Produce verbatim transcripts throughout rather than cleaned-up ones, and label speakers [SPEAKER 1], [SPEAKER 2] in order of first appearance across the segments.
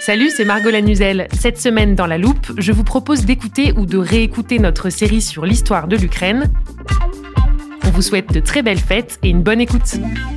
[SPEAKER 1] Salut, c'est Margot Lanuzel. Cette semaine dans La Loupe, je vous propose d'écouter ou de réécouter notre série sur l'histoire de l'Ukraine. On vous souhaite de très belles fêtes et une bonne écoute.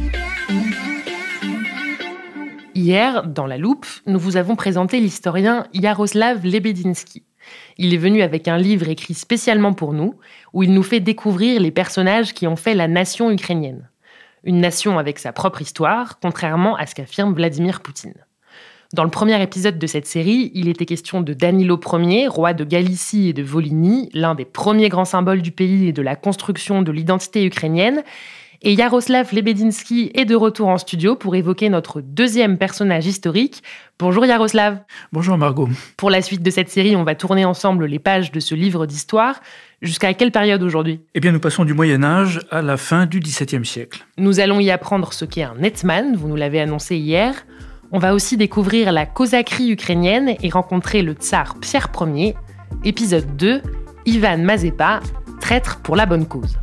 [SPEAKER 1] Hier, dans La Loupe, nous vous avons présenté l'historien Yaroslav Lebedinsky. Il est venu avec un livre écrit spécialement pour nous, où il nous fait découvrir les personnages qui ont fait la nation ukrainienne. Une nation avec sa propre histoire, contrairement à ce qu'affirme Vladimir Poutine. Dans le premier épisode de cette série, il était question de Danilo Ier, roi de Galicie et de Volhynie, l'un des premiers grands symboles du pays et de la construction de l'identité ukrainienne. Et Yaroslav Lebedinsky est de retour en studio pour évoquer notre deuxième personnage historique. Bonjour Yaroslav.
[SPEAKER 2] Bonjour Margot.
[SPEAKER 1] Pour la suite de cette série, on va tourner ensemble les pages de ce livre d'histoire. Jusqu'à quelle période aujourd'hui ?
[SPEAKER 2] Eh bien, nous passons du Moyen-Âge à la fin du dix-septième siècle.
[SPEAKER 1] Nous allons y apprendre ce qu'est un hetman, vous nous l'avez annoncé hier. On va aussi découvrir la cosaquerie ukrainienne et rencontrer le tsar Pierre Ier. Épisode deux, Ivan Mazepa, traître pour la bonne cause.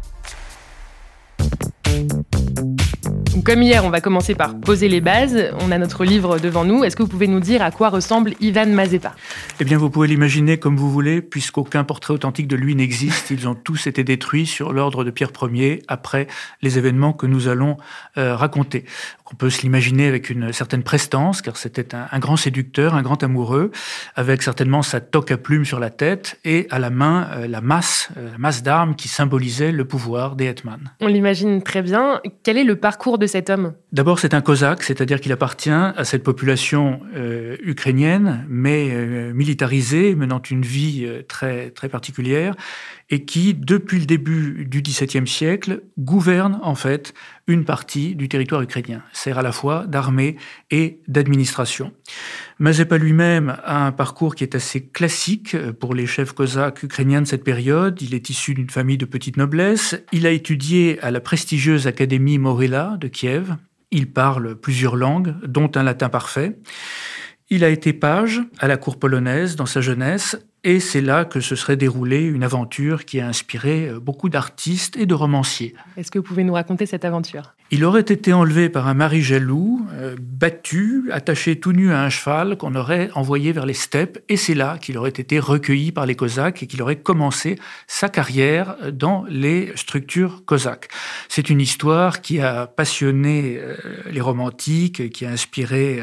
[SPEAKER 1] Comme hier, on va commencer par poser les bases. On a notre livre devant nous. Est-ce que vous pouvez nous dire à quoi ressemble Ivan Mazepa ?
[SPEAKER 2] Eh bien, vous pouvez l'imaginer comme vous voulez, puisqu'aucun portrait authentique de lui n'existe. Ils ont tous été détruits sur l'ordre de Pierre Ier après les événements que nous allons euh, raconter. On peut se l'imaginer avec une certaine prestance, car c'était un, un grand séducteur, un grand amoureux, avec certainement sa toque à plumes sur la tête et à la main euh, la masse, euh, la masse d'armes qui symbolisait le pouvoir des hetmans.
[SPEAKER 1] On l'imagine très bien. Quel est le parcours de cet homme ?
[SPEAKER 2] D'abord, c'est un cosaque, c'est-à-dire qu'il appartient à cette population euh, ukrainienne, mais euh, militarisée, menant une vie euh, très, très particulière, et qui, depuis le début du dix-septième siècle, gouverne en fait une partie du territoire ukrainien. Sert à la fois d'armée et d'administration. Mazepa lui-même a un parcours qui est assez classique pour les chefs cosaques ukrainiens de cette période. Il est issu d'une famille de petite noblesse. Il a étudié à la prestigieuse Académie Moryla de Kiev. Il parle plusieurs langues, dont un latin parfait. Il a été page à la cour polonaise dans sa jeunesse, et c'est là que se serait déroulée une aventure qui a inspiré beaucoup d'artistes et de romanciers.
[SPEAKER 1] Est-ce que vous pouvez nous raconter cette aventure ?
[SPEAKER 2] Il aurait été enlevé par un mari jaloux, euh, battu, attaché tout nu à un cheval qu'on aurait envoyé vers les steppes, et c'est là qu'il aurait été recueilli par les Cosaques et qu'il aurait commencé sa carrière dans les structures cosaques. C'est une histoire qui a passionné euh, les romantiques, qui a inspiré euh,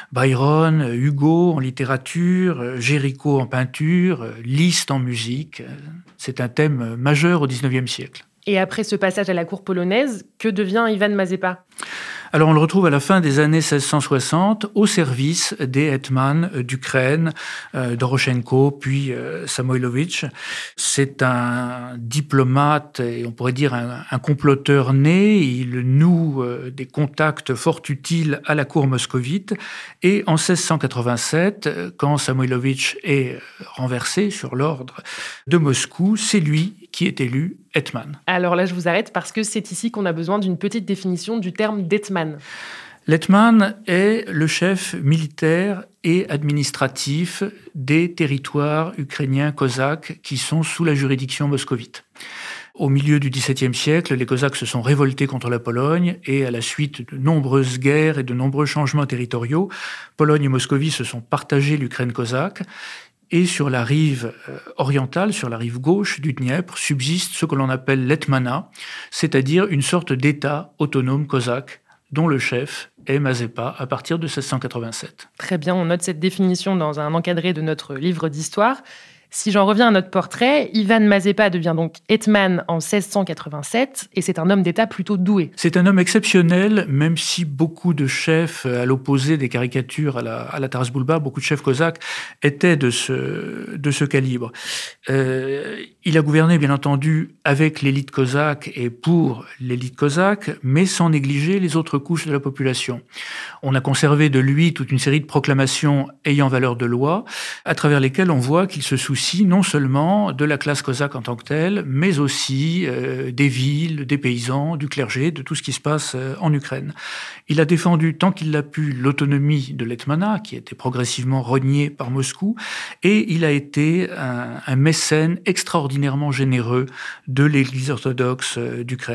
[SPEAKER 2] Byron, Hugo en littérature, euh, Géricault en peinture, euh, Liszt en musique. C'est un thème majeur au dix-neuvième siècle.
[SPEAKER 1] Et après ce passage à la cour polonaise, que devient Ivan Mazepa ?
[SPEAKER 2] Alors on le retrouve à la fin des années seize cent soixante au service des hetmans d'Ukraine, euh, Doroshenko, puis euh, Samoïlovitch. C'est un diplomate et on pourrait dire un, un comploteur né. Il noue euh, des contacts fort utiles à la cour moscovite. Et en seize cent quatre-vingt-sept, quand Samoïlovitch est renversé sur l'ordre de Moscou, c'est lui qui est élu hetman.
[SPEAKER 1] Alors là, je vous arrête parce que c'est ici qu'on a besoin d'une petite définition du terme d'hetman.
[SPEAKER 2] L'hetman est le chef militaire et administratif des territoires ukrainiens cosaques qui sont sous la juridiction moscovite. Au milieu du dix-septième siècle, les Cosaques se sont révoltés contre la Pologne et à la suite de nombreuses guerres et de nombreux changements territoriaux, Pologne et Moscovie se sont partagés l'Ukraine cosaque. Et sur la rive orientale, sur la rive gauche du Dniepr, subsiste ce que l'on appelle l'hetmanat, c'est-à-dire une sorte d'État autonome cosaque dont le chef est Mazepa à partir de seize cent quatre-vingt-sept.
[SPEAKER 1] Très bien, on note cette définition dans un encadré de notre livre d'histoire. Si j'en reviens à notre portrait, Ivan Mazepa devient donc hetman en seize cent quatre-vingt-sept et c'est un homme d'État plutôt doué.
[SPEAKER 2] C'est un homme exceptionnel, même si beaucoup de chefs, à l'opposé des caricatures à la, à la Taras Bulba, beaucoup de chefs cosaques étaient de ce, de ce calibre. Euh, il a gouverné, bien entendu, avec l'élite cosaque et pour l'élite cosaque, mais sans négliger les autres couches de la population. On a conservé de lui toute une série de proclamations ayant valeur de loi, à travers lesquelles on voit qu'il se soucie non seulement de la classe cosaque en tant que telle, mais aussi euh, des villes, des paysans, du clergé, de tout ce qui se passe euh, en Ukraine. Il a défendu tant qu'il l'a pu l'autonomie de l'hetmanat, qui a été progressivement reniée par Moscou, et il a été un, un mécène extraordinairement généreux de l'Église orthodoxe euh, d'Ukraine.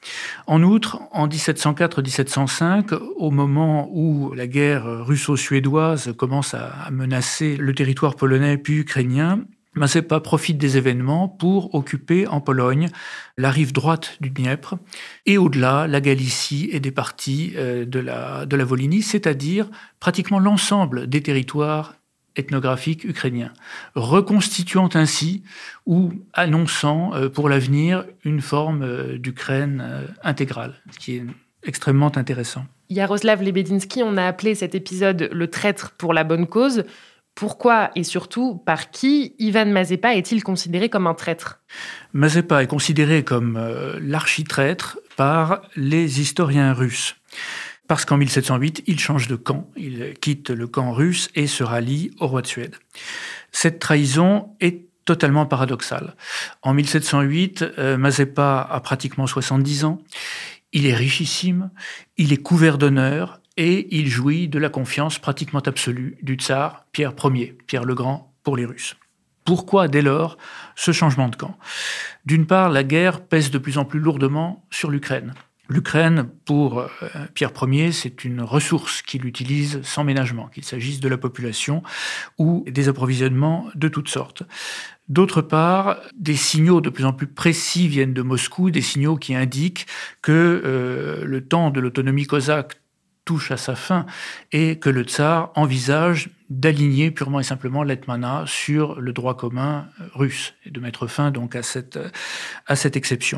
[SPEAKER 2] En outre, en dix-sept cent quatre dix-sept cent cinq, au moment où la guerre russo-suédoise commence à menacer le territoire polonais puis ukrainien, Mazepa profite des événements pour occuper en Pologne la rive droite du Dniepr et au-delà la Galicie et des parties de la, de la Volhynie, c'est-à-dire pratiquement l'ensemble des territoires ethnographiques ukrainiens, reconstituant ainsi ou annonçant pour l'avenir une forme d'Ukraine intégrale, ce qui est extrêmement intéressant.
[SPEAKER 1] Yaroslav Lebedinsky, on a appelé cet épisode « Le traître pour la bonne cause ». Pourquoi et surtout par qui Ivan Mazepa est-il considéré comme un traître ?
[SPEAKER 2] Mazepa est considéré comme euh, l'architraître par les historiens russes. Parce qu'en mille sept cent huit, il change de camp, il quitte le camp russe et se rallie au roi de Suède. Cette trahison est totalement paradoxale. En mille sept cent huit, euh, Mazepa a pratiquement soixante-dix ans, il est richissime, il est couvert d'honneur, et il jouit de la confiance pratiquement absolue du tsar Pierre Ier, Pierre le Grand pour les Russes. Pourquoi, dès lors, ce changement de camp ? D'une part, la guerre pèse de plus en plus lourdement sur l'Ukraine. L'Ukraine, pour euh, Pierre Ier, c'est une ressource qu'il utilise sans ménagement, qu'il s'agisse de la population ou des approvisionnements de toutes sortes. D'autre part, des signaux de plus en plus précis viennent de Moscou, des signaux qui indiquent que euh, le temps de l'autonomie cosaque touche à sa fin et que le tsar envisage d'aligner purement et simplement l'hetmanat sur le droit commun russe et de mettre fin donc à cette, à cette exception.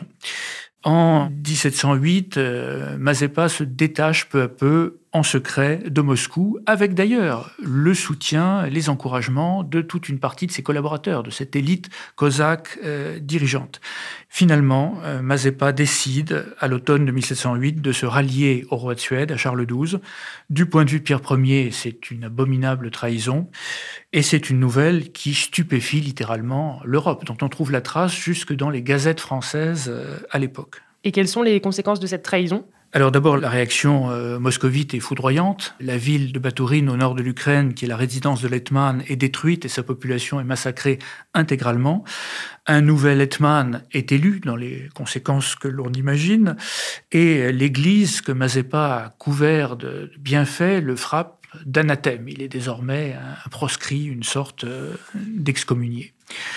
[SPEAKER 2] En dix-sept cent huit, euh, Mazepa se détache peu à peu en secret de Moscou, avec d'ailleurs le soutien, les encouragements de toute une partie de ses collaborateurs, de cette élite cosaque euh, dirigeante. Finalement, euh, Mazepa décide, à l'automne de mille sept cent huit, de se rallier au roi de Suède, à Charles douze. Du point de vue de Pierre Ier, c'est une abominable trahison, et c'est une nouvelle qui stupéfie littéralement l'Europe, dont on trouve la trace jusque dans les gazettes françaises euh, à l'époque.
[SPEAKER 1] Et quelles sont les conséquences de cette trahison ?
[SPEAKER 2] Alors d'abord, la réaction euh, moscovite est foudroyante. La ville de Batourine, au nord de l'Ukraine, qui est la résidence de l'Hetman, est détruite et sa population est massacrée intégralement. Un nouvel Hetman est élu, dans les conséquences que l'on imagine, et l'église que Mazepa a couvert de bienfaits le frappe d'anathème. Il est désormais un proscrit, une sorte euh, d'excommunié.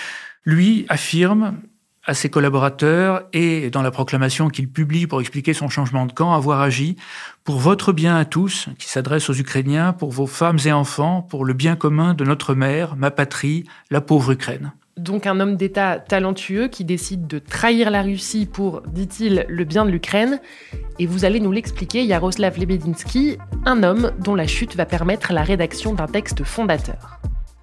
[SPEAKER 2] Lui affirme à ses collaborateurs et dans la proclamation qu'il publie pour expliquer son changement de camp, avoir agi pour votre bien à tous, qui s'adresse aux Ukrainiens, pour vos femmes et enfants, pour le bien commun de notre mère, ma patrie, la pauvre Ukraine.
[SPEAKER 1] Donc un homme d'État talentueux qui décide de trahir la Russie pour, dit-il, le bien de l'Ukraine. Et vous allez nous l'expliquer, Yaroslav Lebedinsky, un homme dont la chute va permettre la rédaction d'un texte fondateur.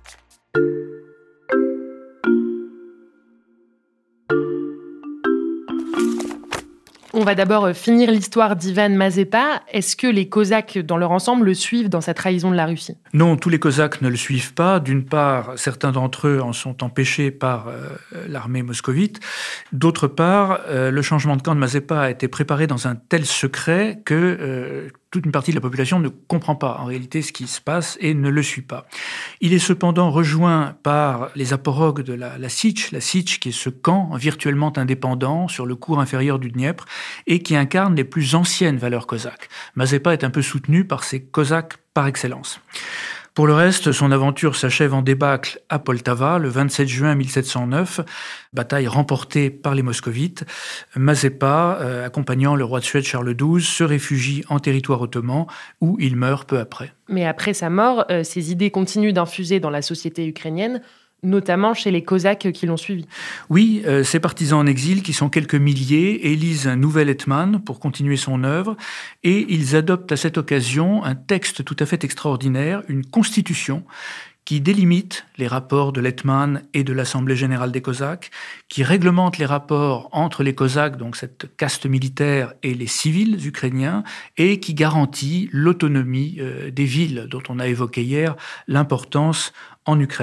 [SPEAKER 1] On va d'abord finir l'histoire d'Ivan Mazepa. Est-ce que les Cosaques, dans leur ensemble, le suivent dans sa trahison de la Russie ?
[SPEAKER 2] Non, tous les Cosaques ne le suivent pas. D'une part, certains d'entre eux en sont empêchés par euh, l'armée moscovite. D'autre part, euh, le changement de camp de Mazepa a été préparé dans un tel secret que euh, toute une partie de la population ne comprend pas en réalité ce qui se passe et ne le suit pas. Il est cependant rejoint par les aporogues de la, la Sich, la Sich qui est ce camp virtuellement indépendant sur le cours inférieur du Dniepr et qui incarne les plus anciennes valeurs cosaques. Mazepa est un peu soutenu par ces Cosaques par excellence. Pour le reste, son aventure s'achève en débâcle à Poltava le vingt-sept juin mille sept cent neuf, bataille remportée par les moscovites. Mazepa, euh, accompagnant le roi de Suède Charles douze, se réfugie en territoire ottoman où il meurt peu après.
[SPEAKER 1] Mais après sa mort, euh, ses idées continuent d'infuser dans la société ukrainienne, notamment chez les Cosaques qui l'ont suivi.
[SPEAKER 2] Oui, euh, ces partisans en exil, qui sont quelques milliers, élisent un nouvel hetman pour continuer son œuvre, et ils adoptent à cette occasion un texte tout à fait extraordinaire, une constitution, qui délimite les rapports de l'hetman et de l'Assemblée générale des Cosaques, qui réglemente les rapports entre les Cosaques, donc cette caste militaire, et les civils ukrainiens, et qui garantit l'autonomie euh, des villes, dont on a évoqué hier l'importance en Ukraine.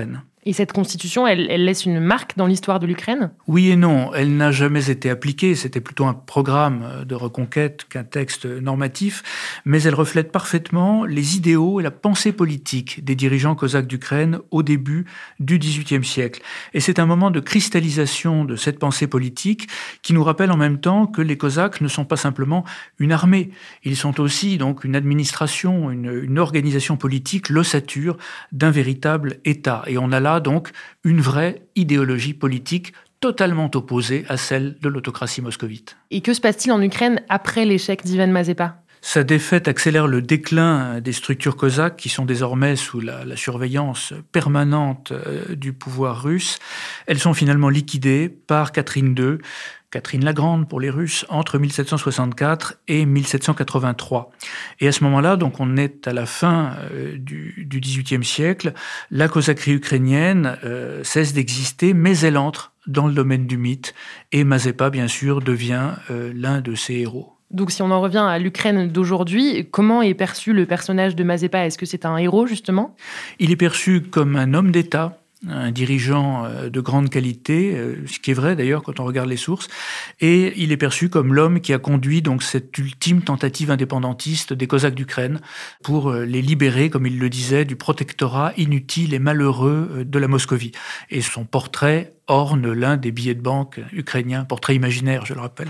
[SPEAKER 1] Et cette constitution, elle, elle laisse une marque dans l'histoire de l'Ukraine ?
[SPEAKER 2] Oui et non. Elle n'a jamais été appliquée. C'était plutôt un programme de reconquête qu'un texte normatif. Mais elle reflète parfaitement les idéaux et la pensée politique des dirigeants cosaques d'Ukraine au début du dix-huitième siècle. Et c'est un moment de cristallisation de cette pensée politique qui nous rappelle en même temps que les Cosaques ne sont pas simplement une armée. Ils sont aussi donc une administration, une, une organisation politique, l'ossature d'un véritable État. Et on a là donc une vraie idéologie politique totalement opposée à celle de l'autocratie moscovite.
[SPEAKER 1] Et que se passe-t-il en Ukraine après l'échec d'Ivan Mazepa ?
[SPEAKER 2] Sa défaite accélère le déclin des structures cosaques qui sont désormais sous la, la surveillance permanente euh, du pouvoir russe. Elles sont finalement liquidées par Catherine deux, Catherine la Grande pour les Russes, entre mille sept cent soixante-quatre et mille sept cent quatre-vingt-trois. Et à ce moment-là, donc on est à la fin euh, du, du dix-huitième siècle, la cosaquerie ukrainienne euh, cesse d'exister, mais elle entre dans le domaine du mythe, et Mazepa, bien sûr, devient euh, l'un de ses héros.
[SPEAKER 1] Donc si on en revient à l'Ukraine d'aujourd'hui, comment est perçu le personnage de Mazepa ? Est-ce que c'est un héros, justement ?
[SPEAKER 2] Il est perçu comme un homme d'État, un dirigeant de grande qualité, ce qui est vrai d'ailleurs quand on regarde les sources, et il est perçu comme l'homme qui a conduit donc cette ultime tentative indépendantiste des Cosaques d'Ukraine pour les libérer, comme il le disait, du protectorat inutile et malheureux de la Moscovie. Et son portrait orne l'un des billets de banque ukrainiens, portrait imaginaire, je le rappelle.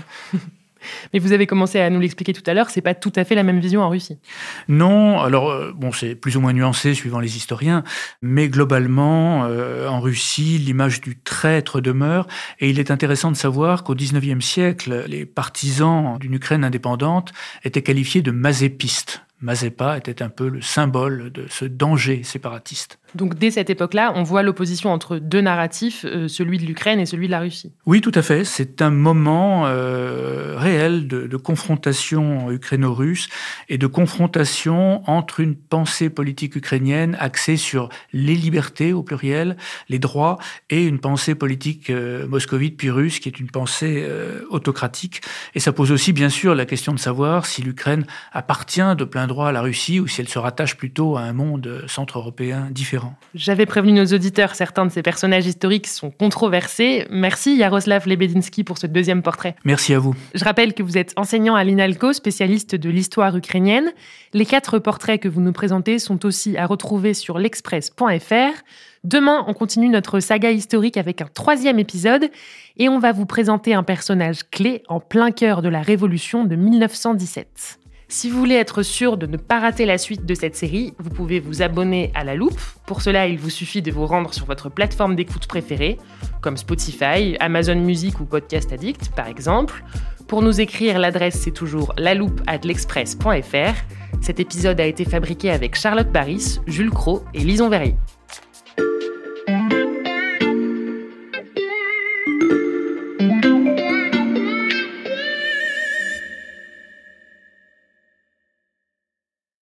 [SPEAKER 1] Mais vous avez commencé à nous l'expliquer tout à l'heure, c'est pas tout à fait la même vision en Russie.
[SPEAKER 2] Non, alors euh, bon, c'est plus ou moins nuancé suivant les historiens, mais globalement, euh, en Russie, l'image du traître demeure, et il est intéressant de savoir qu'au dix-neuvième siècle, les partisans d'une Ukraine indépendante étaient qualifiés de mazépistes. Mazepa était un peu le symbole de ce danger séparatiste.
[SPEAKER 1] Donc dès cette époque-là, on voit l'opposition entre deux narratifs, euh, celui de l'Ukraine et celui de la Russie.
[SPEAKER 2] Oui, tout à fait. C'est un moment euh, réel de, de confrontation ukraino-russe et de confrontation entre une pensée politique ukrainienne axée sur les libertés au pluriel, les droits, et une pensée politique euh, moscovite puis russe qui est une pensée euh, autocratique. Et ça pose aussi bien sûr la question de savoir si l'Ukraine appartient de plein droit à la Russie ou si elle se rattache plutôt à un monde centre-européen différent.
[SPEAKER 1] J'avais prévenu nos auditeurs, certains de ces personnages historiques sont controversés. Merci Yaroslav Lebedinsky pour ce deuxième portrait.
[SPEAKER 2] Merci à vous.
[SPEAKER 1] Je rappelle que vous êtes enseignant à l'INALCO, spécialiste de l'histoire ukrainienne. Les quatre portraits que vous nous présentez sont aussi à retrouver sur l'express point f r. Demain, on continue notre saga historique avec un troisième épisode et on va vous présenter un personnage clé en plein cœur de la Révolution de mille neuf cent dix-sept. Si vous voulez être sûr de ne pas rater la suite de cette série, vous pouvez vous abonner à La Loupe. Pour cela, il vous suffit de vous rendre sur votre plateforme d'écoute préférée, comme Spotify, Amazon Music ou Podcast Addict, par exemple. Pour nous écrire, l'adresse c'est toujours laloupe arobase l'express point f r. Cet épisode a été fabriqué avec Charlotte Baris, Jules Cros et Lison Verrier.